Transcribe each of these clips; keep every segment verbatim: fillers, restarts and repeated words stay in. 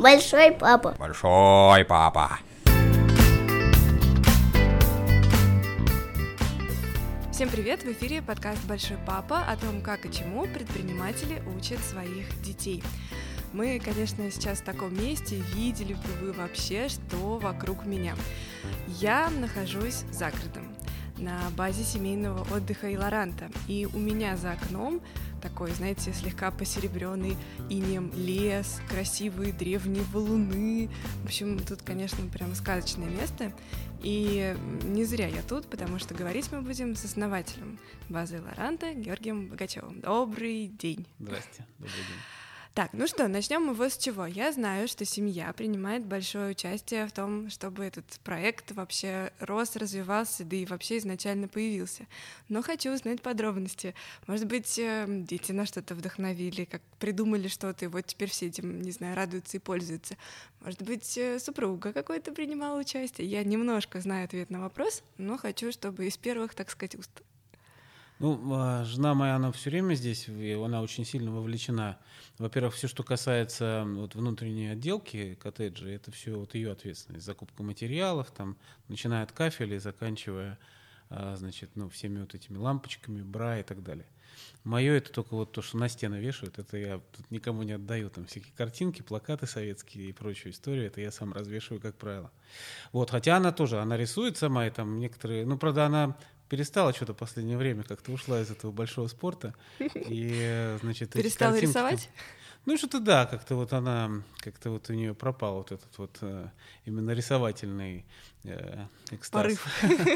Большой папа. Большой папа. Всем привет! В эфире подкаст «Большой папа» о том, как и чему предприниматели учат своих детей. Мы, конечно, сейчас в таком месте, видели бы вы вообще, что вокруг меня. Я нахожусь за городом, на базе семейного отдыха Илоранта, и у меня за окном такой, знаете, слегка посеребренный инеем лес, красивые древние валуны. В общем, тут, конечно, прям сказочное место. И не зря я тут, потому что говорить мы будем с основателем базы Илоранта Георгием Богачевым. Добрый день. Здрасте, добрый день. Так, ну что, начнем мы вот с чего. Я знаю, что семья принимает большое участие в том, чтобы этот проект вообще рос, развивался, да и вообще изначально появился. Но хочу узнать подробности. Может быть, дети на что-то вдохновили, как придумали что-то, и вот теперь все этим, не знаю, радуются и пользуются. Может быть, супруга какой-то принимала участие. Я немножко знаю ответ на вопрос, но хочу, чтобы из первых, так сказать, уст. Ну, жена моя, она все время здесь, и она очень сильно вовлечена. Во-первых, все, что касается вот, внутренней отделки коттеджа, это все вот ее ответственность. Закупка материалов, там, начиная от кафеля и заканчивая, значит, ну, всеми вот этими лампочками, бра и так далее. Мое это только вот то, что на стены вешают, это я тут никому не отдаю. Там всякие картинки, плакаты советские и прочую историю, это я сам развешиваю, как правило. Вот, хотя она тоже, она рисует сама, и там некоторые, ну, правда, она перестала что-то в последнее время, как-то ушла из этого большого спорта. И, значит, перестала картинки... рисовать? Ну, что-то да, как-то вот она, как-то вот у нее пропал вот этот вот э, именно рисовательный э, экстаз. Порыв.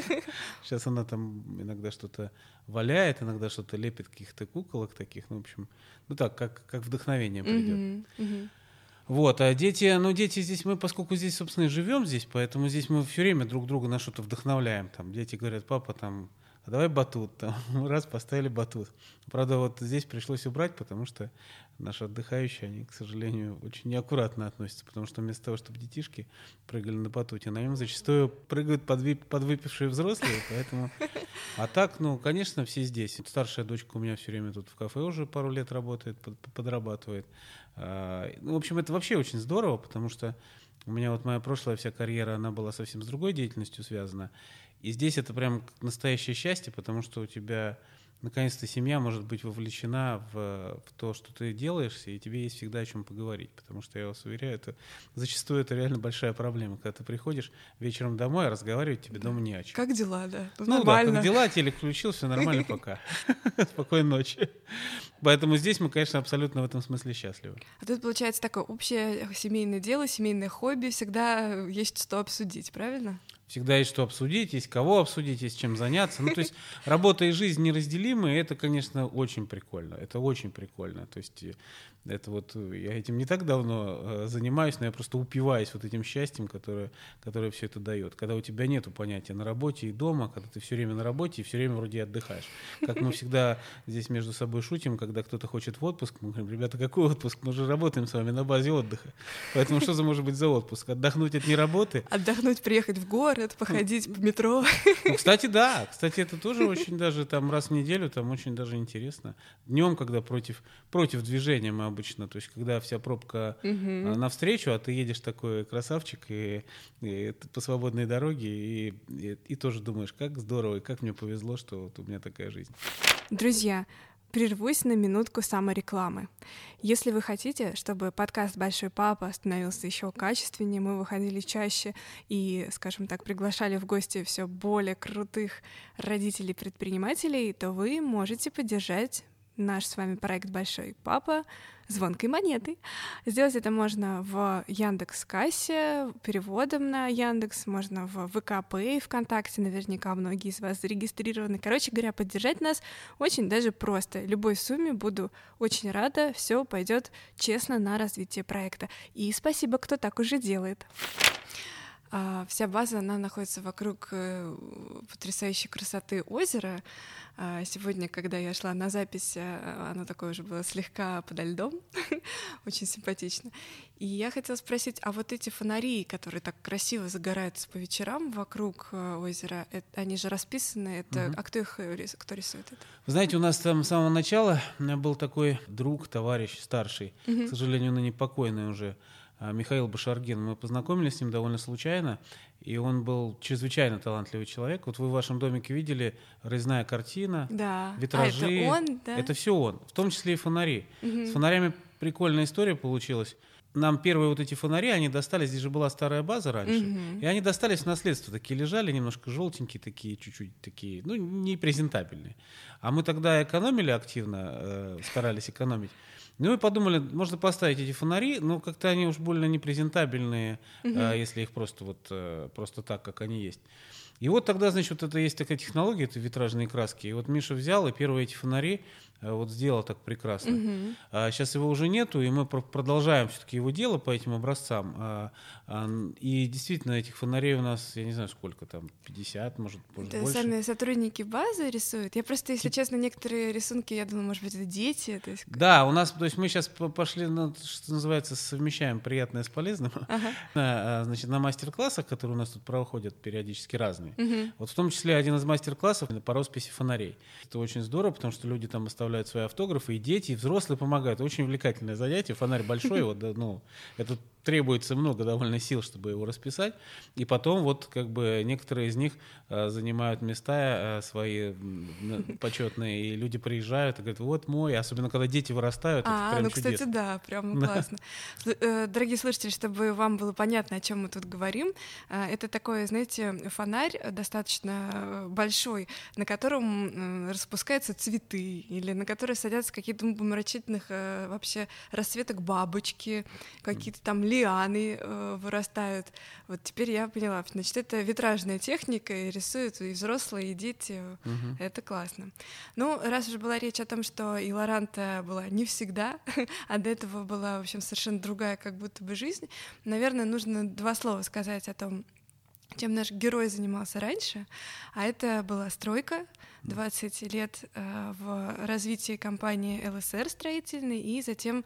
Сейчас она там иногда что-то валяет, иногда что-то лепит, каких-то куколок таких, ну, в общем, ну так, как, как вдохновение придет. Uh-huh, uh-huh. Вот, а дети, ну, дети здесь, мы, поскольку здесь, собственно, и живем здесь, поэтому здесь мы все время друг друга на что-то вдохновляем. Там дети говорят: папа, там, а давай батут. Там, раз, поставили батут. Правда, вот здесь пришлось убрать, потому что наши отдыхающие, они, к сожалению, очень неаккуратно относятся, потому что вместо того, чтобы детишки прыгали на батуте, на нем зачастую прыгают подвип, подвыпившие взрослые, поэтому... А так, ну, конечно, все здесь. Старшая дочка у меня все время тут в кафе уже пару лет работает, подрабатывает. Ну, в общем, это вообще очень здорово, потому что у меня вот моя прошлая вся карьера, она была совсем с другой деятельностью связана. И здесь это прям настоящее счастье, потому что у тебя наконец-то семья может быть вовлечена в, в то, что ты делаешь, и тебе есть всегда о чем поговорить. Потому что, я вас уверяю, это, зачастую это реально большая проблема. Когда ты приходишь вечером домой, а разговаривать тебе дома не о чем. Как дела, да? Ну нормально. Да, как дела, телек включил, все нормально, пока. Спокойной ночи. Поэтому здесь мы, конечно, абсолютно в этом смысле счастливы. А тут получается такое общее семейное дело, семейное хобби, всегда есть что обсудить, правильно? Всегда есть что обсудить, есть кого обсудить, есть чем заняться. Ну, то есть работа и жизнь неразделимы, и это, конечно, очень прикольно. Это очень прикольно. То есть это вот я этим не так давно занимаюсь, но я просто упиваюсь вот этим счастьем, которое, которое все это дает. Когда у тебя нету понятия на работе и дома, когда ты все время на работе и все время вроде отдыхаешь. Как мы всегда здесь между собой шутим, когда кто-то хочет в отпуск, мы говорим: ребята, какой отпуск? Мы же работаем с вами на базе отдыха. Поэтому что за может быть за отпуск? Отдохнуть от неработы? Отдохнуть, приехать в город, походить по метро. Ну, кстати, да. Кстати, это тоже очень даже там раз в неделю, там очень даже интересно. Днем, когда против, против движения мы обычно, то есть когда вся пробка uh-huh. навстречу, а ты едешь такой красавчик и, и по свободной дороге, и, и, и тоже думаешь, как здорово, и как мне повезло, что вот у меня такая жизнь. Друзья, прервусь на минутку саморекламы. Если вы хотите, чтобы подкаст «Большой папа» становился еще качественнее, мы выходили чаще и, скажем так, приглашали в гости все более крутых родителей-предпринимателей, то вы можете поддержать наш с вами проект «Большой папа» звонкой монетой. Сделать это можно в Яндекс.Кассе, переводом на Яндекс, можно в ВК-Пэй, ВКонтакте, наверняка многие из вас зарегистрированы. Короче говоря, поддержать нас очень даже просто. Любой сумме буду очень рада, все пойдет честно на развитие проекта. И спасибо, кто так уже делает. А, вся база, она находится вокруг э, потрясающей красоты озера. А, сегодня, когда я шла на запись, оно такое уже было слегка подо льдом, очень симпатично. И я хотела спросить, а вот эти фонари, которые так красиво загораются по вечерам вокруг э, озера, это, они же расписаны, это, угу. а кто их кто рисует это? Вы знаете, у нас там с самого начала был такой друг, товарищ старший, угу. к сожалению, он не покойный уже, Михаил Башаргин. Мы познакомились с ним довольно случайно, и он был чрезвычайно талантливый человек. Вот вы в вашем домике видели резная картина, да. витражи. А это он, да? Это все он, в том числе и фонари. Угу. С фонарями прикольная история получилась. Нам первые вот эти фонари, они достались, здесь же была старая база раньше, угу. и они достались в наследство, такие лежали, немножко желтенькие такие, чуть-чуть такие, ну, не презентабельные. А мы тогда экономили активно, э, старались экономить. Ну и подумали, можно поставить эти фонари, но как-то они уж больно непрезентабельные, угу. э, если их просто вот э, просто так, как они есть. И вот тогда, значит, вот это есть такая технология, это витражные краски. И вот Миша взял и первые эти фонари э, вот сделал так прекрасно. Угу. А сейчас его уже нету, и мы про- продолжаем все-таки его дело по этим образцам. А, а, и действительно, этих фонарей у нас, я не знаю сколько там, пятьдесят, может, может это больше. сами сотрудники базы рисуют? Я просто, если честно, некоторые рисунки, я думала, может быть, это дети. То есть... Да, у нас, то есть мы сейчас пошли, на, что называется, совмещаем приятное с полезным. Ага. на, значит, на мастер-классах, которые у нас тут проходят периодически разные. Угу. Вот в том числе один из мастер-классов по росписи фонарей. Это очень здорово, потому что люди там оставляют свои автографы, и дети, и взрослые помогают. Очень увлекательное занятие. Фонарь большой, вот, ну, это требуется много довольно сил, чтобы его расписать. И потом вот как бы некоторые из них э, занимают места э, свои э, почетные, и люди приезжают и говорят, вот мой, особенно когда дети вырастают, а, это прям ну, чудесно. кстати, да, прям классно. Дорогие слушатели, чтобы вам было понятно, о чем мы тут говорим, это такой, знаете, фонарь достаточно большой, на котором распускаются цветы, или на который садятся какие-то умопомрачительных вообще расцветок бабочки, какие-то там лианы э, вырастают. Вот теперь я поняла, значит, это витражная техника, и рисуют и взрослые, и дети. Угу. Это классно. Ну, раз уже была речь о том, что и Лоранта была не всегда, а до этого была, в общем, совершенно другая как будто бы жизнь, наверное, нужно два слова сказать о том, чем наш герой занимался раньше, а это была стройка, двадцать лет э, в развитии компании эл эс эр строительной и затем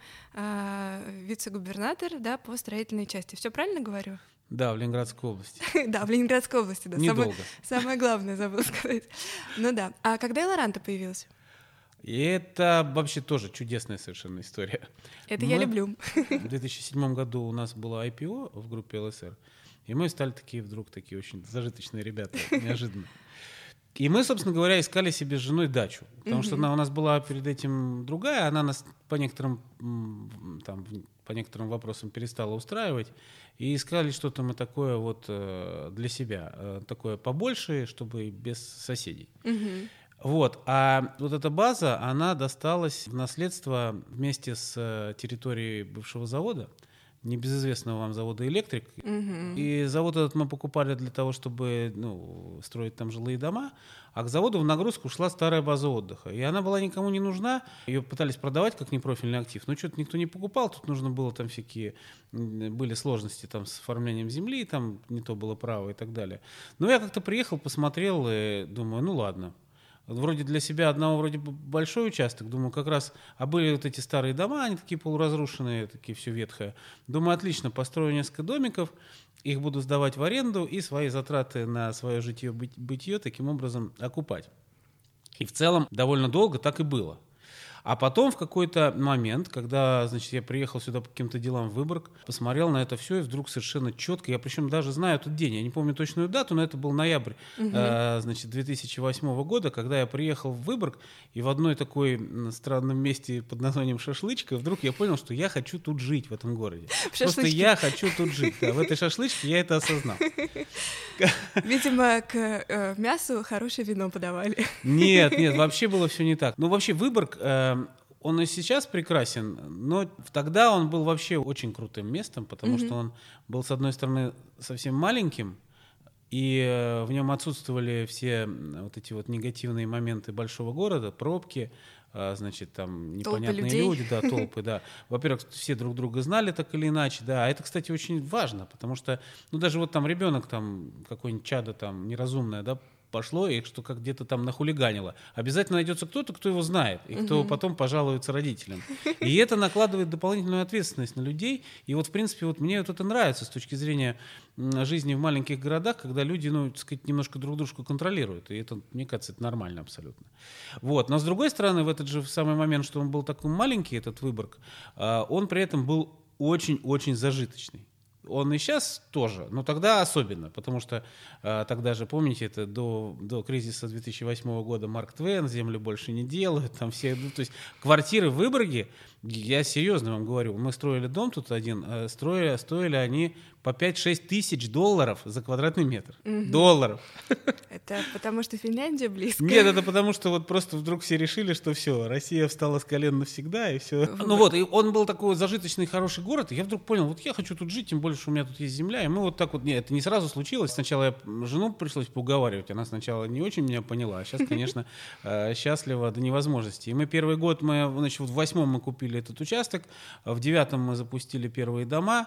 э, вице-губернатор, да, по строительной части. Все правильно говорю? Да, в Ленинградской области. Да, в Ленинградской области, да. Недолго. Самое главное забыла сказать. Ну да. А когда Лоранта появилась? И это вообще тоже чудесная совершенно история. Это я люблю. В две тысячи седьмом году у нас было ай пи о в группе эл эс эр, и мы стали такие вдруг такие очень зажиточные ребята, неожиданно. И мы, собственно говоря, искали себе с женой дачу, потому mm-hmm. что она у нас была перед этим другая, она нас по некоторым, там, по некоторым вопросам перестала устраивать, и искали что-то мы такое вот для себя, такое побольше, чтобы без соседей. Mm-hmm. Вот, а вот эта база, она досталась в наследство вместе с территорией бывшего завода, небезызвестного вам завода «Электрик». Mm-hmm. И завод этот мы покупали для того, чтобы ну, строить там жилые дома, а к заводу в нагрузку шла старая база отдыха. И она была никому не нужна, ее пытались продавать как непрофильный актив, но что-то никто не покупал, тут нужно было там всякие, были сложности там с оформлением земли, там не то было право и так далее. Но я как-то приехал, посмотрел и думаю, ну ладно. Вроде для себя одного вроде бы большой участок, думаю, как раз, а были вот эти старые дома, они такие полуразрушенные, такие все ветхое. Думаю, отлично, построю несколько домиков, их буду сдавать в аренду и свои затраты на свое житье-бытие таким образом окупать. И в целом довольно долго так и было. А потом в какой-то момент, когда, значит, я приехал сюда по каким-то делам в Выборг, посмотрел на это все и вдруг совершенно четко, я причем даже знаю этот день, я не помню точную дату, но это был ноябрь, угу. э, значит, две тысячи восьмого года, когда я приехал в Выборг, и в одной такой странном месте под названием Шашлычка, вдруг я понял, что я хочу тут жить, в этом городе. Просто я хочу тут жить. Да, в этой шашлычке я это осознал. Видимо, к э, мясу хорошее вино подавали. Нет, нет, вообще было все не так. Ну, вообще Выборг... Э, Он и сейчас прекрасен, но тогда он был вообще очень крутым местом, потому mm-hmm. что он был, с одной стороны, совсем маленьким, и в нем отсутствовали все вот эти вот негативные моменты большого города, пробки, значит, там непонятные люди, да, толпы, да. Во-первых, все друг друга знали так или иначе, да. А это, кстати, очень важно, потому что, ну, даже вот там ребенок, там, какой-нибудь чадо там неразумное, да, пошло, и что как где-то там нахулиганило. Обязательно найдется кто-то, кто его знает, и кто угу. потом пожалуется родителям. И это накладывает дополнительную ответственность на людей. И вот, в принципе, вот мне вот это нравится с точки зрения жизни в маленьких городах, когда люди, ну, так сказать, немножко друг дружку контролируют. И это, мне кажется, это нормально абсолютно. Вот. Но, с другой стороны, в этот же самый момент, что он был такой маленький, этот Выборг, он при этом был очень-очень зажиточный. Он и сейчас тоже, но тогда особенно, потому что э, тогда же, помните, это до, до кризиса две тысячи восьмого года Марк Твен, «Землю больше не делают», там все, ну, то есть квартиры в Выборге, я серьезно вам говорю, мы строили дом тут один, э, строили, стоили они по пять-шесть тысяч долларов за квадратный метр. Mm-hmm. Долларов. Это потому что Финляндия близко? Нет, это потому что вот просто вдруг все решили, что все, Россия встала с колен навсегда, и все. Выбор. Ну вот, и он был такой зажиточный, хороший город, и я вдруг понял, вот я хочу тут жить, тем более, что у меня тут есть земля, и мы вот так вот, нет, это не сразу случилось. Сначала я жену пришлось поуговаривать, она сначала не очень меня поняла, а сейчас, конечно, счастлива до невозможности. И мы первый год, мы, значит, в восьмом мы купили этот участок, в девятом мы запустили первые дома,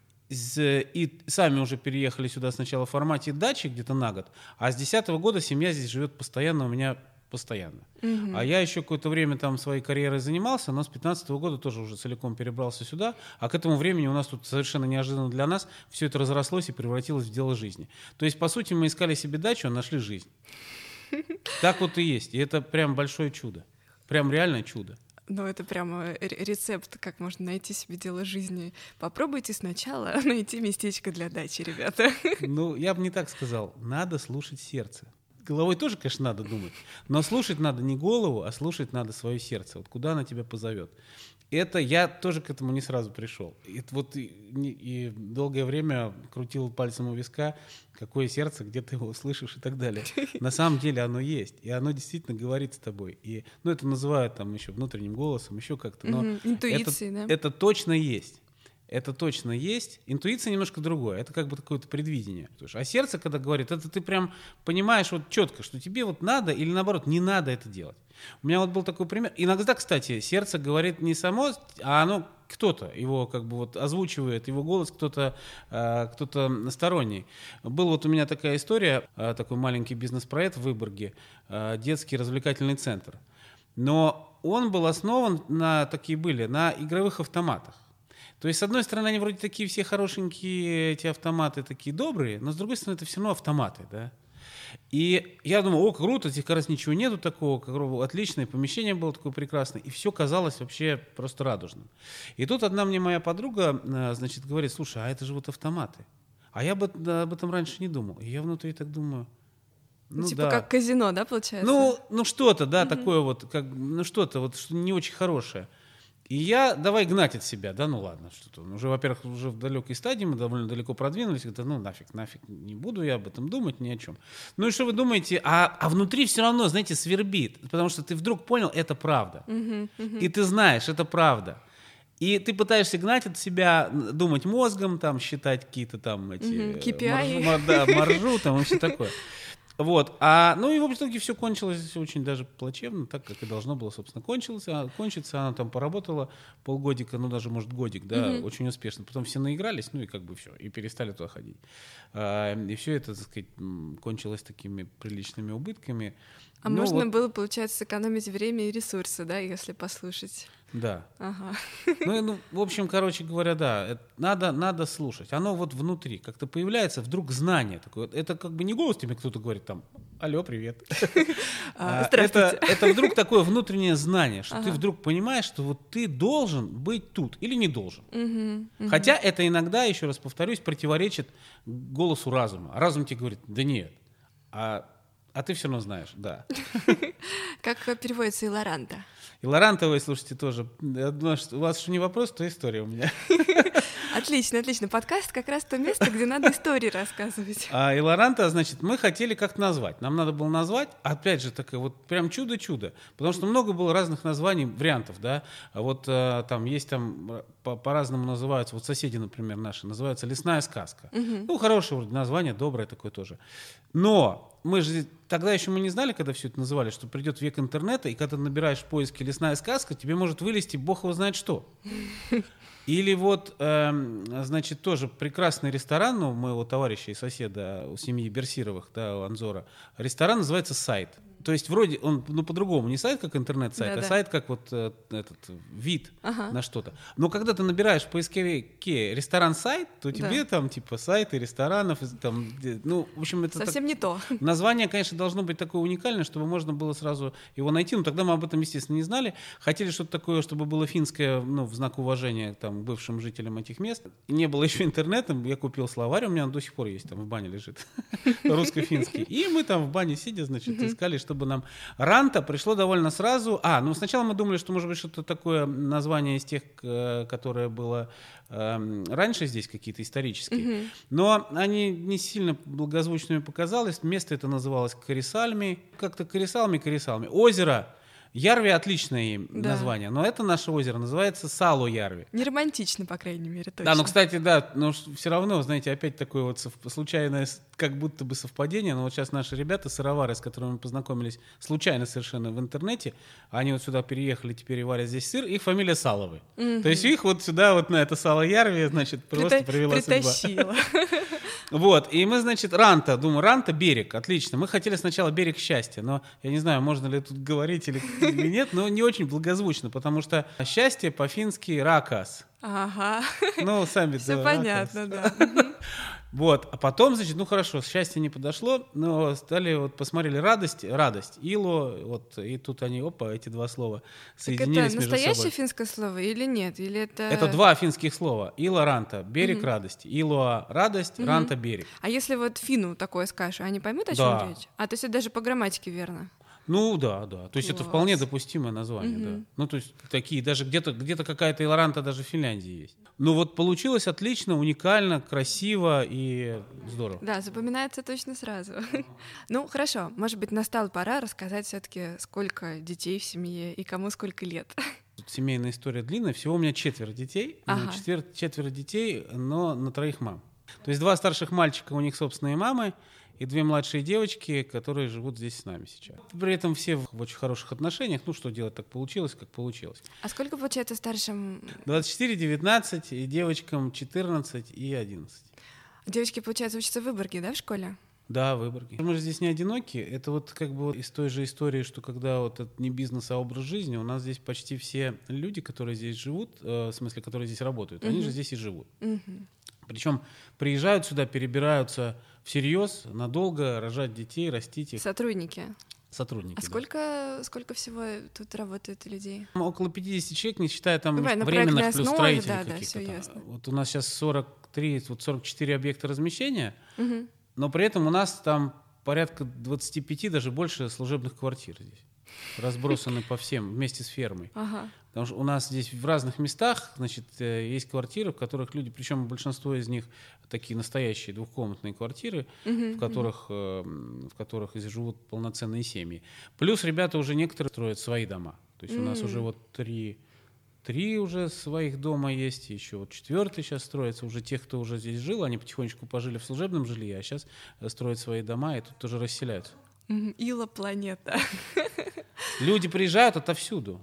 и сами уже переехали сюда сначала в формате дачи где-то на год, а с десятого года семья здесь живет постоянно, у меня постоянно. Mm-hmm. А я еще какое-то время там своей карьерой занимался, но с пятнадцатого года тоже уже целиком перебрался сюда, а к этому времени у нас тут совершенно неожиданно для нас все это разрослось и превратилось в дело жизни. То есть, по сути, мы искали себе дачу, а нашли жизнь. Так вот и есть. И это прям большое чудо. Прям реальное чудо. Ну, это прямо рецепт, как можно найти себе дело жизни. Попробуйте сначала найти местечко для дачи, ребята. Ну, я бы не так сказал. Надо слушать сердце. Головой тоже, конечно, надо думать. Но слушать надо не голову, а слушать надо свое сердце. Вот куда она тебя позовет. Это я тоже к этому не сразу пришел. И, вот, и, и долгое время крутил пальцем у виска, какое сердце, где ты его слышишь и так далее. На самом деле оно есть, и оно действительно говорит с тобой. И, ну, это называют там еще внутренним голосом, еще как-то. Но mm-hmm. Интуицией, это, да? Это точно есть. Это точно есть. Интуиция немножко другое. Это как бы какое-то предвидение. А сердце, когда говорит, это ты прям понимаешь вот четко, что тебе вот надо или наоборот не надо это делать. У меня вот был такой пример. Иногда, кстати, сердце говорит не само, а оно кто-то его как бы вот озвучивает, его голос кто-то, э, кто-то сторонний. Был вот у меня такая история, э, такой маленький бизнес-проект в Выборге, э, детский развлекательный центр. Но он был основан на такие были, на игровых автоматах. То есть, с одной стороны, они вроде такие все хорошенькие, эти автоматы такие добрые, но с другой стороны, это все равно автоматы, да. И я думал, о, круто, здесь как раз ничего нету такого, как отличное помещение было такое прекрасное, и все казалось вообще просто радужным. И тут одна мне моя подруга, значит, говорит, слушай, а это же вот автоматы. А я об, да, об этом раньше не думал. И я внутри так думаю, ну типа да. как казино, да, получается? Ну, ну что-то, да, Mm-hmm. такое вот, как, ну что-то вот что не очень хорошее. И я давай гнать от себя, да, ну ладно, что-то. Уже, во-первых, уже в далекой стадии мы довольно далеко продвинулись, это, ну нафиг, нафиг, не буду я об этом думать ни о чем. Ну и что вы думаете, а, а внутри все равно, знаете, свербит, потому что ты вдруг понял, это правда. Uh-huh, uh-huh. И ты знаешь, это правда. И ты пытаешься гнать от себя, думать мозгом, там, считать какие-то там эти... Uh-huh, кей пи ай. Маржу, да, маржу там и все такое. Вот, а, ну и в итоге все кончилось очень даже плачевно, так как и должно было, собственно, кончиться. Кончится, она там поработала полгодика, ну даже, может, годик, да, mm-hmm. очень успешно. Потом все наигрались, ну и как бы все, и перестали туда ходить. А, и все это, так сказать, кончилось такими приличными убытками. А ну, можно вот... было, получается, сэкономить время и ресурсы, да, если послушать. Да. Ага. Ну, ну, в общем, короче говоря, да, это надо, надо слушать. Оно вот внутри как-то появляется, вдруг знание такое. Это как бы не голос тебе кто-то говорит там, алло, привет. Здравствуйте. Это вдруг такое внутреннее знание, что ты вдруг понимаешь, что вот ты должен быть тут или не должен. Хотя это иногда, еще раз повторюсь, противоречит голосу разума. А разум тебе говорит, да нет, а А ты все равно знаешь, да. Как переводится Илоранта? Илоранта, вы слушайте тоже. Я думаю, что у вас что не вопрос, то история у меня. Отлично, отлично. Подкаст как раз то место, где надо истории рассказывать. А Илоранта, значит, мы хотели как-то назвать. Нам надо было назвать, опять же, такое вот прям чудо-чудо. Потому что много было разных названий, вариантов, да. А вот а, там есть там по- по-разному называются, вот соседи, например, наши, называются «Лесная сказка». Угу. Ну, хорошее вроде название, доброе такое тоже. Но мы же тогда еще мы не знали, когда все это называли, что придет век интернета, и когда ты набираешь в поиске «Лесная сказка», тебе может вылезти бог его знает что. Или вот, э, значит, тоже прекрасный ресторан у моего товарища и соседа, у семьи Берсировых, да, у Анзора. Ресторан называется «Сайт». То есть вроде он, ну, по-другому, не сайт как интернет-сайт, Да-да. а сайт как вот э, этот вид Ага. на что-то. Но когда ты набираешь в поисковике ресторан-сайт, то тебе Да. там типа сайты ресторанов, из- там, где- ну, в общем, это так- Совсем не то. название, конечно, должно быть такое уникальное, чтобы можно было сразу его найти. Но тогда мы об этом, естественно, не знали. Хотели что-то такое, чтобы было финское, ну, в знак уважения там, к бывшим жителям этих мест. Не было еще интернета. Я купил словарь, у меня он до сих пор есть, там в бане лежит. Русско-финский. И мы там в бане сидя, значит, искали, чтобы нам... Ранта пришло довольно сразу. А, ну, сначала мы думали, что, может быть, что-то такое название из тех, э, которое было э, раньше здесь, какие-то исторические. Но они не сильно благозвучными показалось. Место это называлось Карисальми. Как-то Карисалми, Карисалми. Озеро. Ярви отличное им Да. название, но это наше озеро называется Сало-Ярви. Не романтично, по крайней мере, точно. Да, ну, кстати, да, но все равно, знаете, опять такое вот сов- случайное, с- как будто бы совпадение, но вот сейчас наши ребята, сыровары, с которыми мы познакомились случайно совершенно в интернете, они вот сюда переехали, теперь и варят здесь сыр, их фамилия Саловы. Мгм. То есть их вот сюда, вот на это Сало-Ярви, значит, просто Прита- привела судьба. Притащила. Вот, и мы, значит, Ранта, думаю, Ранта — берег, отлично. Мы хотели сначала берег счастья, но я не знаю, можно ли тут говорить или, или нет, но не очень благозвучно, потому что счастье по-фински ракас. Ага. Ну, сами Все да, понятно, ракас. да. Вот, а потом, значит, ну хорошо, счастье не подошло, но стали, вот, посмотрели радость, радость, ило, вот, и тут они, опа, эти два слова Так соединились это между настоящее собой. финское слово или нет? Или это... Это два финских слова. Ило ранта, берег радости. Илоа радость, ранта берег. А если вот финну такое скажешь, они поймут, о Да. чем речь? А, то есть это даже по грамматике верно? Ну да, да. То есть это Класс. вполне допустимое название, да. Ну то есть такие, даже где-то где-то какая-то илоранта даже в Финляндии есть. Ну вот получилось отлично, уникально, красиво и здорово. Да, запоминается точно сразу. Ну, хорошо, может быть, настала пора рассказать все-таки, сколько детей в семье и кому сколько лет. Тут семейная история длинная. Всего у меня четверо детей. Ну, Ага. четвер- четверо детей, но на троих мам. То есть два старших мальчика, у них собственные мамы, и две младшие девочки, которые живут здесь с нами сейчас. При этом все в очень хороших отношениях. Ну, что делать, так получилось, как получилось. А сколько, получается, старшим... двадцать четыре, девятнадцать, и девочкам четырнадцать и одиннадцать. Девочки, получается, учатся в Выборге, да, в школе? Да, в Выборге. Мы же здесь не одиноки. Это вот как бы вот из той же истории, что когда вот это не бизнес, а образ жизни, у нас здесь почти все люди, которые здесь живут, э, в смысле, которые здесь работают, они же здесь и живут. Мгм. Причем приезжают сюда, перебираются всерьез, надолго, рожать детей, растить их. Сотрудники. Сотрудники. А да. сколько, сколько всего тут работает людей? Около пятьдесят человек, не считая там Бывает, на временных проектной плюс основе, строителей да, да, каких-то всё там. ясно. Вот у нас сейчас сорок три, вот сорок четыре объекта размещения, Мгм. но при этом у нас там порядка двадцать пять, даже больше служебных квартир здесь. Разбросаны по всем, вместе с фермой. Ага. Потому что у нас здесь в разных местах, значит, э, есть квартиры, в которых люди, причем большинство из них такие настоящие двухкомнатные квартиры, Мгм, в которых, э, в которых и живут полноценные семьи. Плюс ребята уже некоторые строят свои дома. То есть у нас М. уже вот три, три уже своих дома есть, еще вот четвертый сейчас строится. Уже тех, кто уже здесь жил, они потихонечку пожили в служебном жилье, а сейчас строят свои дома и тут тоже расселяются. Мгм. Ила планета. Люди приезжают отовсюду.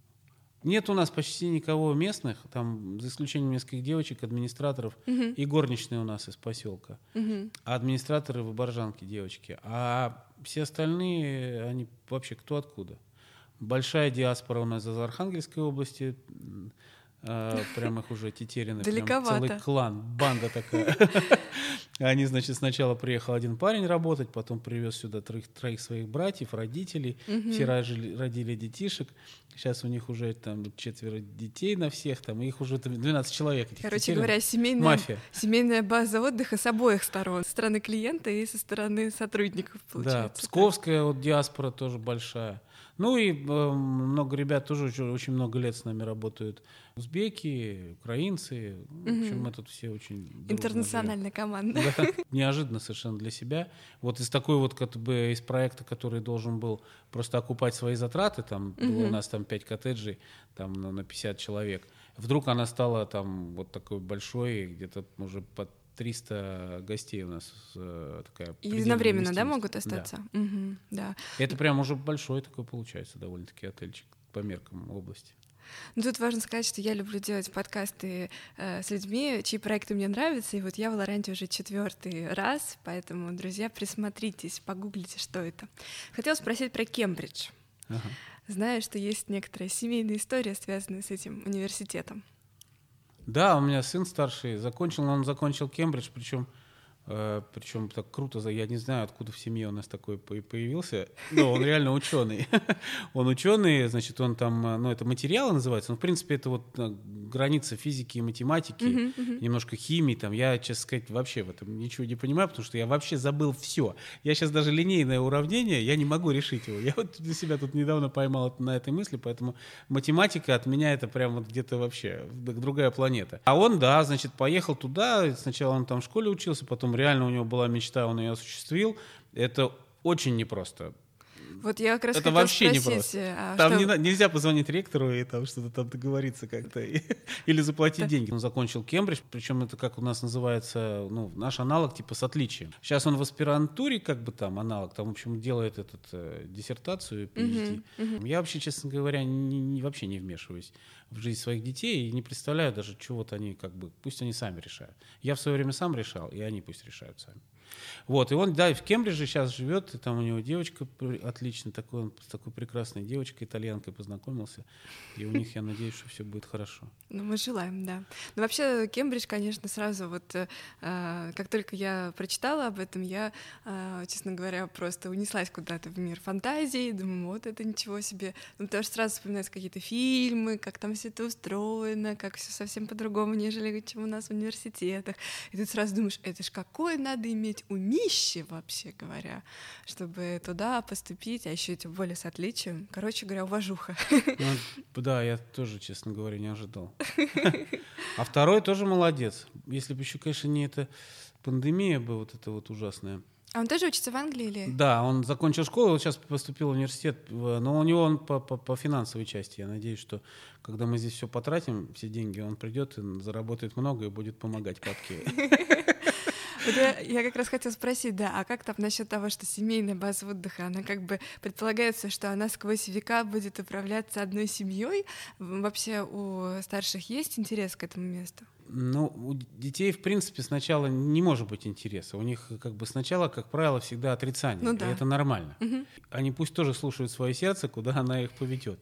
Нет у нас почти никого местных, там, за исключением нескольких девочек, администраторов Мгм. и горничные у нас из поселка. Мгм. А администраторы выборжанки, девочки. А все остальные, они вообще кто откуда. Большая диаспора у нас из Архангельской области. м, а, Прям их уже тетерины. Прям Далековато. целый клан, банда такая. Они, значит, сначала приехал один парень работать, потом привез сюда троих, троих своих братьев, родителей. Все рожили- родили детишек. Сейчас у них уже там четверо детей на всех, там их уже там двенадцать человек. Этих Короче тетерин. говоря, семейная, Мафия. семейная база отдыха с обоих сторон. Со стороны клиента и со стороны сотрудников, Да, получается. так. псковская вот диаспора тоже большая. Ну и э, много ребят тоже очень, очень много лет с нами работают. Узбеки, украинцы. В общем, Мгм. мы тут все очень дружно живем. Интернациональная команда. Да, неожиданно совершенно для себя. Вот из такой вот как бы из проекта, который должен был просто окупать свои затраты, там было у нас там пять коттеджей, там ну, на пятьдесят человек. Вдруг она стала там вот такой большой, где-то уже под триста гостей у нас э, такая. И предельная единовременно, да, вместимость. могут остаться? Мгм, да. Это прям уже большой такой получается довольно-таки отельчик по меркам области. Ну, тут важно сказать, что я люблю делать подкасты э, с людьми, чьи проекты мне нравятся, и вот я в Лоранте уже четвертый раз, поэтому, друзья, присмотритесь, погуглите, что это. Хотела спросить про Кембридж. Ага. Знаю, что есть некоторая семейная история, связанная с этим университетом. Да, у меня сын старший закончил, но он закончил Кембридж, причем э, причем так круто, я не знаю, откуда в семье у нас такой появился, но он реально ученый. Он ученый, значит, он там, ну, это материалы называется, но, в принципе, это вот граница физики и математики, uh-huh, uh-huh. немножко химии, там, я, честно сказать, вообще в этом ничего не понимаю, потому что я вообще забыл все. Я сейчас даже линейное уравнение, я не могу решить его. Я вот для себя тут недавно поймал это, на этой мысли, поэтому математика от меня это прям вот где-то вообще другая планета. А он, да, значит, поехал туда, сначала он там в школе учился, потом реально у него была мечта, он ее осуществил. Это очень непросто. Вот я как раз это вообще спросить, непросто. А там что... не, нельзя позвонить ректору и там что-то там договориться как-то или заплатить да. деньги. Он закончил Кембридж, причем это как у нас называется, ну, наш аналог типа с отличием. Сейчас он в аспирантуре как бы там аналог, там в общем делает этот э, диссертацию пи эйч ди. Uh-huh, uh-huh. Я вообще, честно говоря, не, не, вообще не вмешиваюсь в жизнь своих детей и не представляю даже, чего вот они как бы, пусть они сами решают. Я в свое время сам решал, и они пусть решают сами. Вот, и он, да, в Кембридже сейчас живет, и там у него девочка отличная, такой, он с такой прекрасной девочкой, итальянкой познакомился, и у них, я надеюсь, что все будет хорошо. Ну, мы желаем, да. Но вообще Кембридж, конечно, сразу вот, э, как только я прочитала об этом, я, э, честно говоря, просто унеслась куда-то в мир фантазии, думаю, вот это ничего себе. Ну, потому что сразу вспоминаются какие-то фильмы, как там все это устроено, как все совсем по-другому, нежели чем у нас в университетах. И тут сразу думаешь, это ж какое надо иметь умище, вообще говоря, чтобы туда поступить, а еще тем более с отличием. Короче говоря, уважуха. Ну, да, я тоже, честно говоря, не ожидал. А второй тоже молодец. Если бы еще, конечно, не эта пандемия бы вот эта вот ужасная. А он тоже учится в Англии или? Да, он закончил школу, вот сейчас поступил в университет, но у него он по, по, по финансовой части. Я надеюсь, что когда мы здесь все потратим, все деньги, он придет и заработает много и будет помогать папке. Вот я, я как раз хотела спросить, да, а как там насчет того, что семейная база отдыха, она как бы предполагается, что она сквозь века будет управляться одной семьей? Вообще у старших есть интерес к этому месту? Ну, у детей, в принципе, сначала не может быть интереса. У них как бы сначала, как правило, всегда отрицание. Ну, да. И это нормально. Угу. Они пусть тоже слушают свое сердце, куда она их поведет.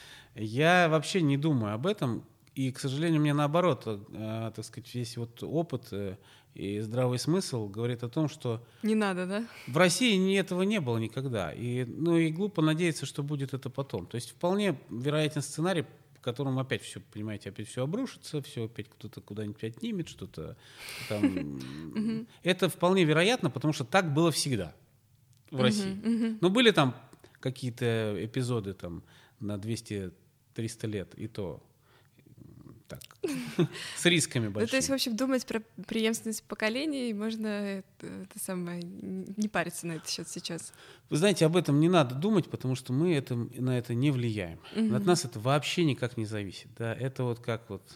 Я вообще не думаю об этом. И, к сожалению, мне наоборот, э, так сказать, весь вот опыт э, и здравый смысл говорит о том, что... Не надо, да? В России этого не было никогда. И, ну и глупо надеяться, что будет это потом. То есть вполне вероятен сценарий, в котором опять все, понимаете, опять все обрушится, все опять кто-то куда-нибудь отнимет, что-то там... Это вполне вероятно, потому что так было всегда в России. Но были там какие-то эпизоды там на двести-триста лет, и то... Так, с рисками большими. Ну, то есть, в общем, думать про преемственность поколений можно это, это самое, не париться на этот счет сейчас. Вы знаете, об этом не надо думать, потому что мы это, на это не влияем. Угу. От нас это вообще никак не зависит. Да? Это вот как вот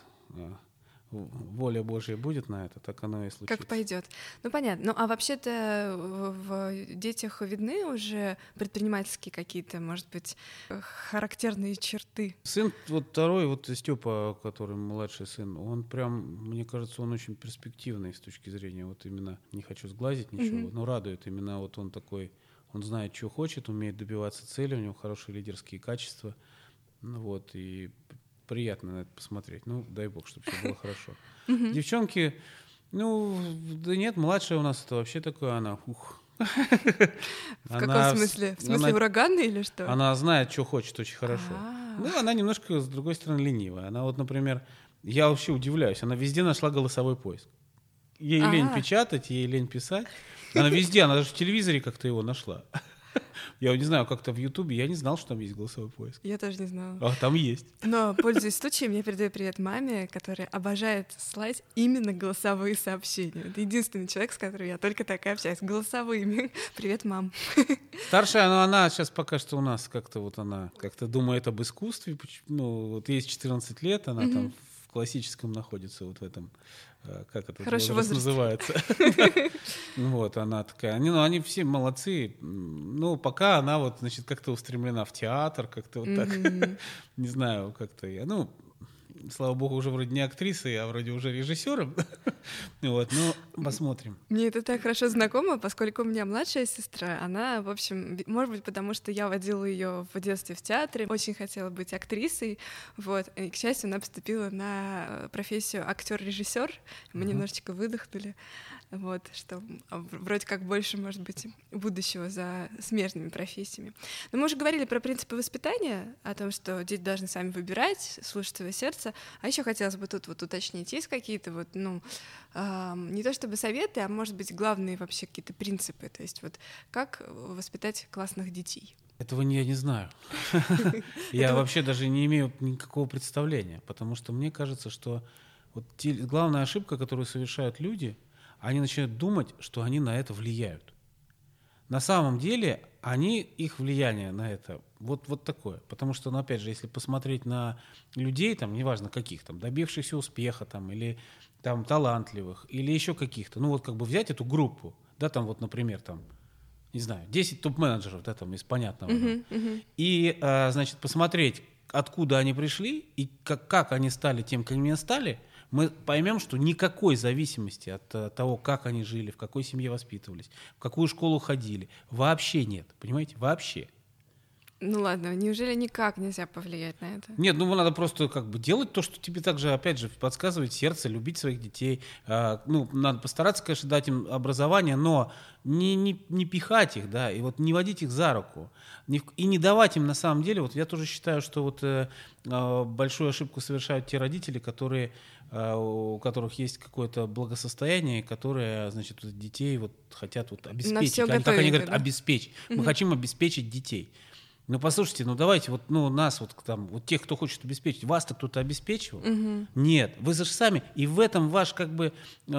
воля Божья будет на это, так оно и случится. Как пойдет. Ну, понятно. Ну, а вообще-то в детях видны уже предпринимательские какие-то, может быть, характерные черты? Сын, вот второй, вот Степа, который младший сын, он прям, мне кажется, он очень перспективный с точки зрения, вот именно, не хочу сглазить ничего, mm-hmm. но радует именно вот он такой, он знает, что хочет, умеет добиваться цели, у него хорошие лидерские качества, ну вот, и приятно на это посмотреть. Ну, дай бог, чтобы все было хорошо. Uh-huh. Девчонки, ну, да нет, младшая у нас это вообще такое, она, ух. В каком смысле? В смысле ураганная или что? Она знает, что хочет очень хорошо. Ну, она немножко, с другой стороны, ленивая. Она вот, например, я вообще удивляюсь, она везде нашла голосовой поиск. Ей лень печатать, ей лень писать. Она везде, она даже в телевизоре как-то его нашла. Я не знаю, как-то в Ютубе, я не знал, что там есть голосовой поиск. Я тоже не знала. А там есть. Но, пользуясь случаем, я передаю привет маме, которая обожает слать именно голосовые сообщения. Это единственный человек, с которым я только так и общаюсь, голосовыми. Привет, мам. Старшая, но она сейчас пока что у нас как-то вот она как-то думает об искусстве. Ну, вот ей четырнадцать лет, она mm-hmm. там в классическом находится, вот в этом как это Хороший возраст возраст. называется. Вот, она такая, ну, они все молодцы, ну, пока она вот, значит, как-то устремлена в театр, как-то вот так, не знаю, как-то я, ну, слава богу, уже вроде не актрисой, а вроде уже режиссером. Вот, ну, посмотрим. Мне это так хорошо знакомо, поскольку у меня младшая сестра, она, в общем, может быть, потому что я водила ее в детстве в театре, очень хотела быть актрисой, вот, и, к счастью, она поступила на профессию актер-режиссер, мы uh-huh. немножечко выдохнули, вот, что вроде как больше, может быть, будущего за смежными профессиями. Но мы уже говорили про принципы воспитания, о том, что дети должны сами выбирать, слушать свое сердце, а еще хотелось бы тут вот уточнить, есть какие-то вот, ну, э, не то чтобы советы, а может быть главные вообще какие-то принципы, то есть вот как воспитать классных детей? Этого я не знаю. Я вообще даже не имею никакого представления, потому что мне кажется, что вот главная ошибка, которую совершают люди, они начинают думать, что они на это влияют. На самом деле, они, их влияние на это вот, вот такое. Потому что, ну, опять же, если посмотреть на людей, там, неважно каких, там, добившихся успеха, там, или там, талантливых, или еще каких-то, ну, вот как бы взять эту группу, да, там, вот, например, там, не знаю, десять топ-менеджеров, да, там, из понятного, uh-huh, uh-huh. и, а, значит, посмотреть, откуда они пришли, и как, как они стали тем, кем они стали, мы поймем, что никакой зависимости от uh, того, как они жили, в какой семье воспитывались, в какую школу ходили, вообще нет, понимаете, вообще. Ну ладно, неужели никак нельзя повлиять на это? Нет, ну надо просто как бы делать то, что тебе также, опять же, подсказывает сердце, любить своих детей. А, ну, надо постараться, конечно, дать им образование, но не, не, не пихать их, да, и вот не водить их за руку. Не, и не давать им, на самом деле, вот я тоже считаю, что вот э, э, большую ошибку совершают те родители, которые, э, у которых есть какое-то благосостояние, которые, значит, детей вот хотят вот обеспечить. Они, как они говорят, да? Обеспечить. Мы угу. хотим обеспечить детей. Ну, послушайте, ну давайте, вот, ну, нас, вот там, вот тех, кто хочет обеспечить, вас-то кто-то обеспечивал? Угу. Нет, вы же сами, и в этом ваш, как бы,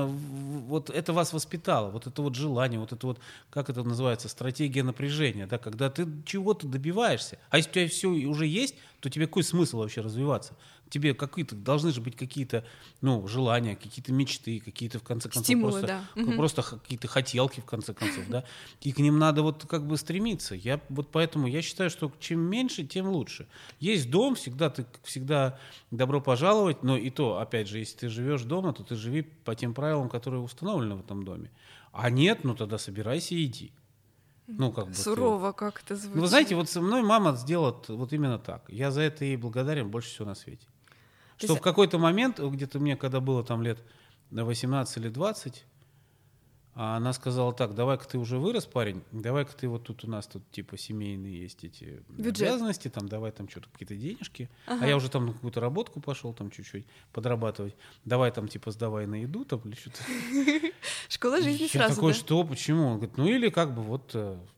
вот это вас воспитало, вот это вот желание, вот это вот, как это называется, стратегия напряжения, да, когда ты чего-то добиваешься, а если у тебя все уже есть, то тебе какой смысл вообще развиваться? Тебе какие-то, должны же быть какие-то, ну, желания, какие-то мечты, какие-то, в конце концов, стимулы, просто, да. просто какие-то хотелки, в конце концов, да, и к ним надо вот как бы стремиться. Я вот поэтому я считаю, что чем меньше, тем лучше. Есть дом, всегда ты всегда добро пожаловать, но и то, опять же, если ты живешь дома, то ты живи по тем правилам, которые установлены в этом доме. А нет, ну тогда собирайся и иди. Ну, как бы сурово ты... как это звучит. Ну, вы знаете, вот со мной мама сделала вот именно так. Я за это ей благодарен больше всего на свете. То Что есть... в какой-то момент, где-то мне, когда было там лет восемнадцать или двадцать, она сказала так: давай-ка ты уже вырос, парень, давай-ка ты вот тут у нас тут типа семейные есть эти бюджет. Обязанности, там давай там что-то какие-то денежки, ага. а я уже там на какую-то работку пошел, там чуть-чуть подрабатывать, давай там типа сдавай на еду там или что-то. Школа жизни я сразу, такой, да? что, почему? Он говорит, ну или как бы вот,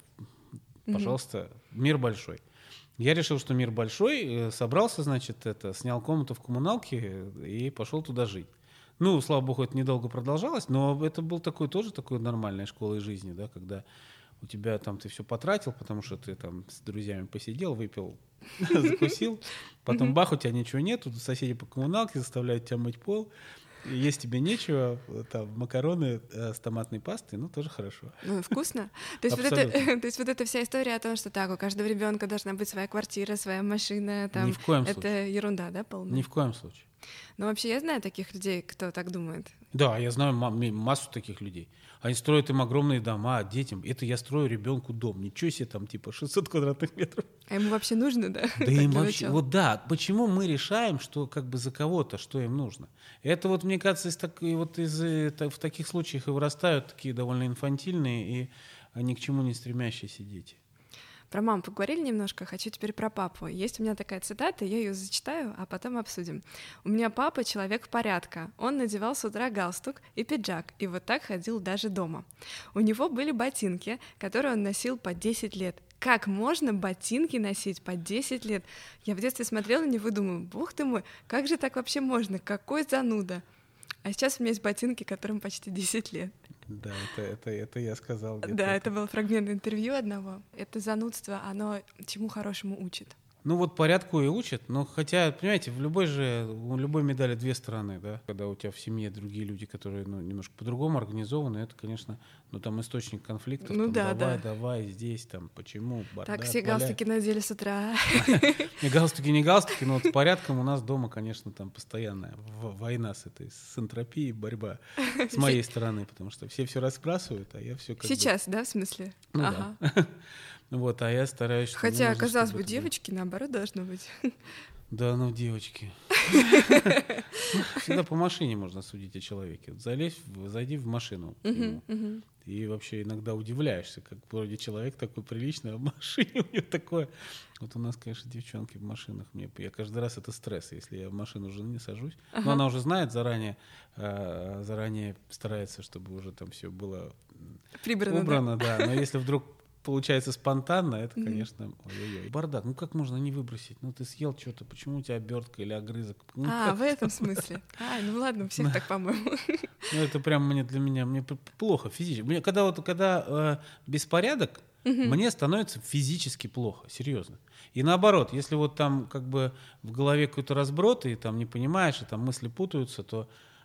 пожалуйста, мир большой. Я решил, что мир большой, собрался, значит, это, снял комнату в коммуналке и пошел туда жить. Ну, слава богу, это недолго продолжалось, но это был такой тоже такой нормальной школой жизни, да, когда у тебя там ты все потратил, потому что ты там с друзьями посидел, выпил, закусил, потом бах, у тебя ничего нет, тут соседи по коммуналке заставляют тебя мыть пол, есть тебе нечего, там макароны с томатной пастой, ну тоже хорошо. Ну, вкусно. То есть, вот это, то есть вот эта вся история о том, что так, у каждого ребенка должна быть своя квартира, своя машина, там, Ни в коем это случае. Ерунда, да, полная? Ни в коем случае. Ну, вообще, я знаю таких людей, кто так думает. Да, я знаю массу таких людей. Они строят им огромные дома детям. Это я строю ребенку дом. Ничего себе, там типа шестьсот квадратных метров. А ему вообще нужно, да? Да им вообще, вот да, почему мы решаем, что как бы за кого-то, что им нужно? Это вот, мне кажется, из так, вот из, в таких случаях и вырастают такие довольно инфантильные и ни к чему не стремящиеся дети. Про маму поговорили немножко, хочу теперь про папу. Есть у меня такая цитата, я ее зачитаю, а потом обсудим. У меня папа человек порядка. Он надевал с утра галстук и пиджак, и вот так ходил даже дома. У него были ботинки, которые он носил по десять лет. Как можно ботинки носить по десять лет? Я в детстве смотрела на него и думаю, бог ты мой, как же так вообще можно? Какой зануда? А сейчас у меня есть ботинки, которым почти десять лет. Да, это, это, это я сказал. Да, это был фрагмент интервью одного. Это занудство, оно чему хорошему учит? Ну вот порядку и учат, но хотя, понимаете, в любой же, у любой медали две стороны, да. Когда у тебя в семье другие люди, которые ну, немножко по-другому организованы, это, конечно, ну там источник конфликтов. Ну там, да, давай, да. давай, здесь, там, почему, бардак, Так, все валяй. галстуки надели с утра. Не галстуки, не галстуки, но вот с порядком у нас дома, конечно, там постоянная в- война с этой, с энтропией, борьба с моей стороны, потому что все все разбрасывают, а я все как бы... Сейчас, да, в смысле? Ну Ага. да. Вот, а я стараюсь... что мне Хотя, нужно, казалось чтобы бы, это было. девочки, наоборот, должно быть. Да, ну, девочки. Всегда по машине можно судить о человеке. Вот залезь, в- зайди в машину к нему. Мгм, мгм. И вообще иногда удивляешься, как вроде человек такой приличный, а в машине у него такое. Вот у нас, конечно, девчонки в машинах. Мне, я каждый раз это стресс, если я в машину жены сажусь. Но Ага. она уже знает заранее, э, заранее старается, чтобы уже там все было Прибрано, да? убрано, да. Но если вдруг получается спонтанно, это, Мгм. конечно, ой-ой-ой. Бардак. Ну как можно не выбросить? Ну ты съел что-то, почему у тебя обертка или огрызок? Ну, А, как? в этом смысле. А, ну ладно, у всех так, по-моему. Ну, это прям мне для меня мне п- плохо физически. Мне, когда вот когда э, беспорядок, мне становится физически плохо, серьезно. И наоборот, если вот там как бы в голове какой-то разброд, и там не понимаешь, и там мысли путаются, то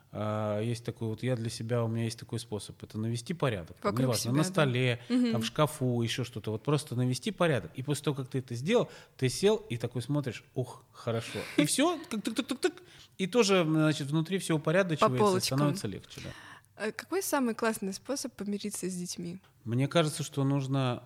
э, есть такой вот, я для себя, у меня есть такой способ, это навести порядок. Там, Вокруг неважно, себя, на да. столе, там, в шкафу, еще что-то. Вот просто навести порядок. И после того, как ты это сделал, ты сел и такой смотришь, ух, хорошо. И все, как тык-тык-тык-тык. И тоже, значит, внутри все упорядочивается, полочкам. становится легче, да. А какой самый классный способ помириться с детьми? Мне кажется, что нужно,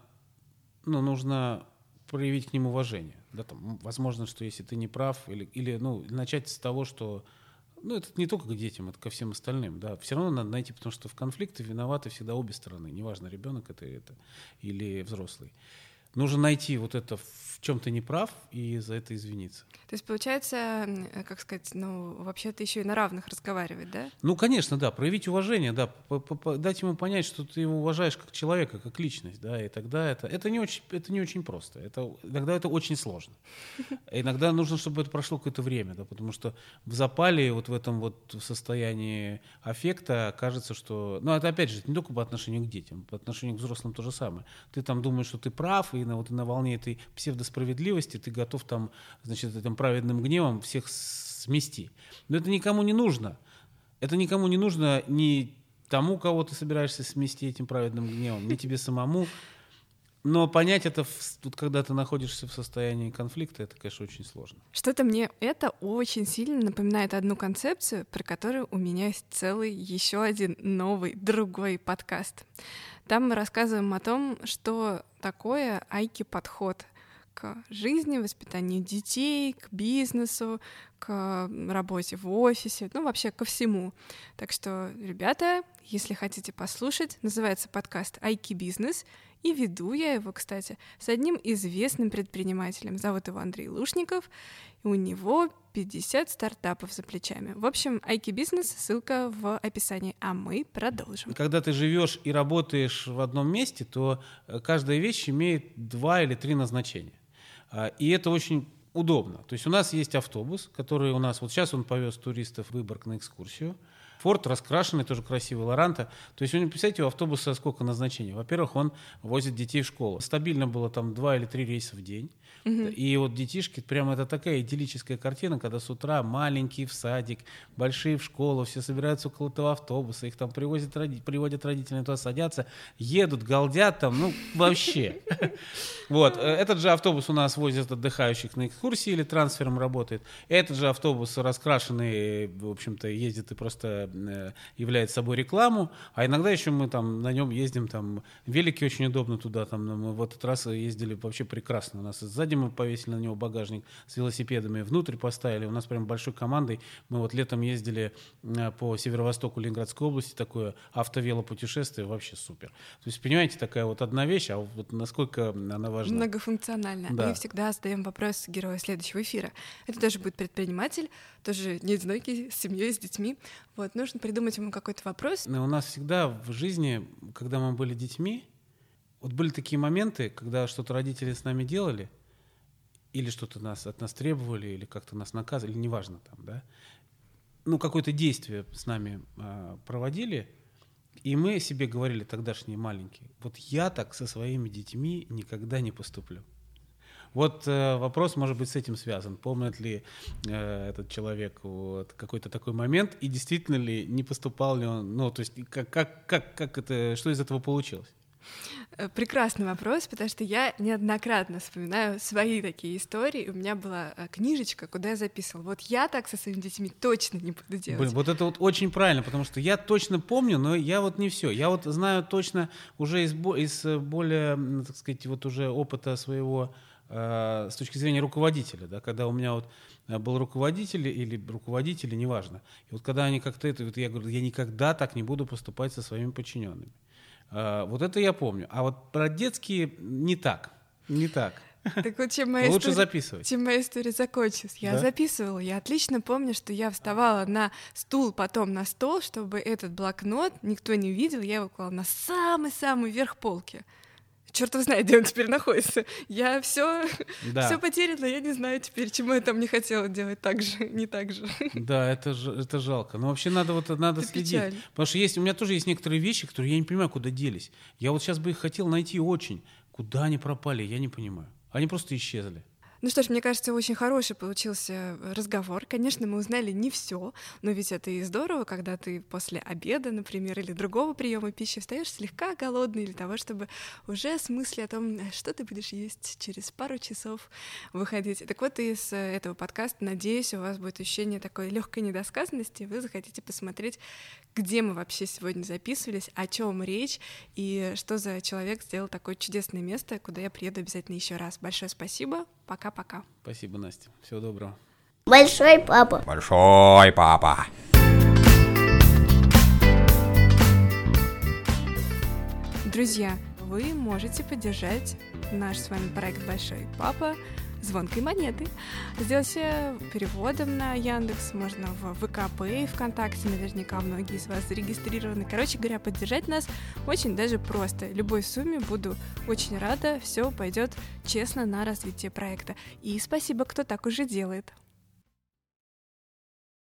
ну, нужно проявить к ним уважение. Да, там, м, возможно, что если ты не прав, или, или ну, начать с того, что ну, это не только к детям, это ко всем остальным. Да. Все равно надо найти, потому что в конфликте виноваты всегда обе стороны. Неважно, ребенок это, это или взрослый. Нужно найти вот это, в чем ты не прав, и за это извиниться. То есть, получается, м, как сказать, ну, вообще-то еще и на равных разговаривать, да? Ну, конечно, да, проявить уважение, да, п- п- п- дать ему понять, что ты его уважаешь как человека, как личность, да, и тогда это, это, не очень, это не очень просто, это, иногда это очень сложно. Иногда нужно, чтобы это прошло какое-то время, да, потому что в запале, вот в этом вот состоянии аффекта кажется, что, ну, это опять же не только по отношению к детям, по отношению к взрослым то же самое. Ты там думаешь, что ты прав, и на, вот, на волне этой псевдосправедливости ты готов там, значит, этим праведным гневом всех с- смести. Но это никому не нужно. Это никому не нужно ни тому, кого ты собираешься смести этим праведным гневом, ни тебе самому. Но понять это, в- тут, когда ты находишься в состоянии конфликта, это, конечно, очень сложно. Что-то мне это очень сильно напоминает одну концепцию, про которую у меня есть целый еще один новый, другой подкаст. Там мы рассказываем о том, что такое айки-подход к жизни, воспитанию детей, к бизнесу, к работе в офисе, ну вообще ко всему. Так что, ребята, если хотите послушать, называется подкаст «Айки Бизнес», и веду я его, кстати, с одним известным предпринимателем. Зовут его Андрей Лушников, и у него пятьдесят стартапов за плечами. В общем, Айки Бизнес, ссылка в описании, а мы продолжим. Когда ты живешь и работаешь в одном месте, то э, каждая вещь имеет два или три назначения. А, И это очень удобно. То есть у нас есть автобус, который у нас... Вот сейчас он повез туристов в Выборг на экскурсию. Форд раскрашенный, тоже красивый, Лоранта. То есть, вы не представляете, у автобуса сколько назначений. Во-первых, он возит детей в школу. Стабильно было там два или три рейса в день. И вот детишки, прям это такая идиллическая картина, когда с утра маленькие в садик, большие в школу, все собираются около этого автобуса, их там привозят, роди- приводят родители, туда садятся, едут, галдят там, ну, вообще. Вот, э, этот же автобус у нас возит отдыхающих на экскурсии или трансфером работает. Этот же автобус раскрашенный, в общем-то, ездит и просто э, является собой рекламу. А иногда еще мы там на нем ездим, там, велики очень удобно туда, там, мы в этот раз ездили вообще прекрасно. У нас сзади мы повесили на него багажник с велосипедами, внутрь поставили. У нас прям большой командой. Мы вот летом ездили э, по северо-востоку Ленинградской области, такое автовелопутешествие, вообще супер. То есть, понимаете, такая вот одна вещь, а вот насколько она важна. Многофункционально. Да. Мы всегда задаем вопрос герою следующего эфира. Это тоже будет предприниматель, тоже неодинокий, с семьей, с детьми. Вот, нужно придумать ему какой-то вопрос. У нас всегда в жизни, когда мы были детьми, вот были такие моменты, когда что-то родители с нами делали, или что-то нас, от нас требовали, или как-то нас наказывали, неважно там, да, ну, какое-то действие с нами а, проводили, и мы себе говорили, тогдашние маленькие, вот я так со своими детьми никогда не поступлю. Вот э, вопрос, может быть, с этим связан. Помнит ли э, этот человек вот, какой-то такой момент, и действительно ли не поступал ли он, ну, то есть как, как, как, как это, что из этого получилось? Прекрасный вопрос, потому что я неоднократно вспоминаю свои такие истории. У меня была книжечка, куда я записывала. Вот я так со своими детьми точно не буду делать. Блин, вот это вот очень правильно, потому что я точно помню, но я вот не все. Я вот знаю точно уже из, из более, так сказать, вот уже опыта своего э, с точки зрения руководителя, да, когда у меня вот был руководитель или руководители, неважно. И вот когда они как-то это, вот я говорю, я никогда так не буду поступать со своими подчиненными. Вот это я помню. А вот про детские не так. Не так. Так вот, чем моя Лучше история, записывать. Чем моя история закончилась. Я да? записывала. Я отлично помню, что я вставала на стул, потом на стол, чтобы этот блокнот никто не видел. Я его клала на самый-самый верх полки. Черт его знает, где он теперь находится. Я все, да. все потеряна, я не знаю теперь, чему я там не хотела делать так же, не так же. Да, это, это жалко. Но вообще надо, вот, надо это следить. Печаль. Потому что есть, у меня тоже есть некоторые вещи, которые я не понимаю, куда делись. Я вот сейчас бы их хотел найти очень. Куда они пропали, я не понимаю. Они просто исчезли. Ну что ж, мне кажется, очень хороший получился разговор. Конечно, мы узнали не все, но ведь это и здорово, когда ты после обеда, например, или другого приема пищи встаешь слегка голодный для того, чтобы уже с мыслью о том, что ты будешь есть через пару часов выходить. Так вот, из этого подкаста, надеюсь, у вас будет ощущение такой легкой недосказанности, вы захотите посмотреть, где мы вообще сегодня записывались, о чем речь и что за человек сделал такое чудесное место, куда я приеду обязательно еще раз. Большое спасибо. Пока-пока. Спасибо, Настя. Всего доброго. Большой папа. Большой папа. Друзья, вы можете поддержать наш с вами проект «Большой папа» звонкой монеты. Сделайте переводом на Яндекс, можно в ВКП, ВКонтакте, наверняка многие из вас зарегистрированы. Короче говоря, поддержать нас очень даже просто. Любой сумме буду очень рада, все пойдет честно на развитие проекта. И спасибо, кто так уже делает.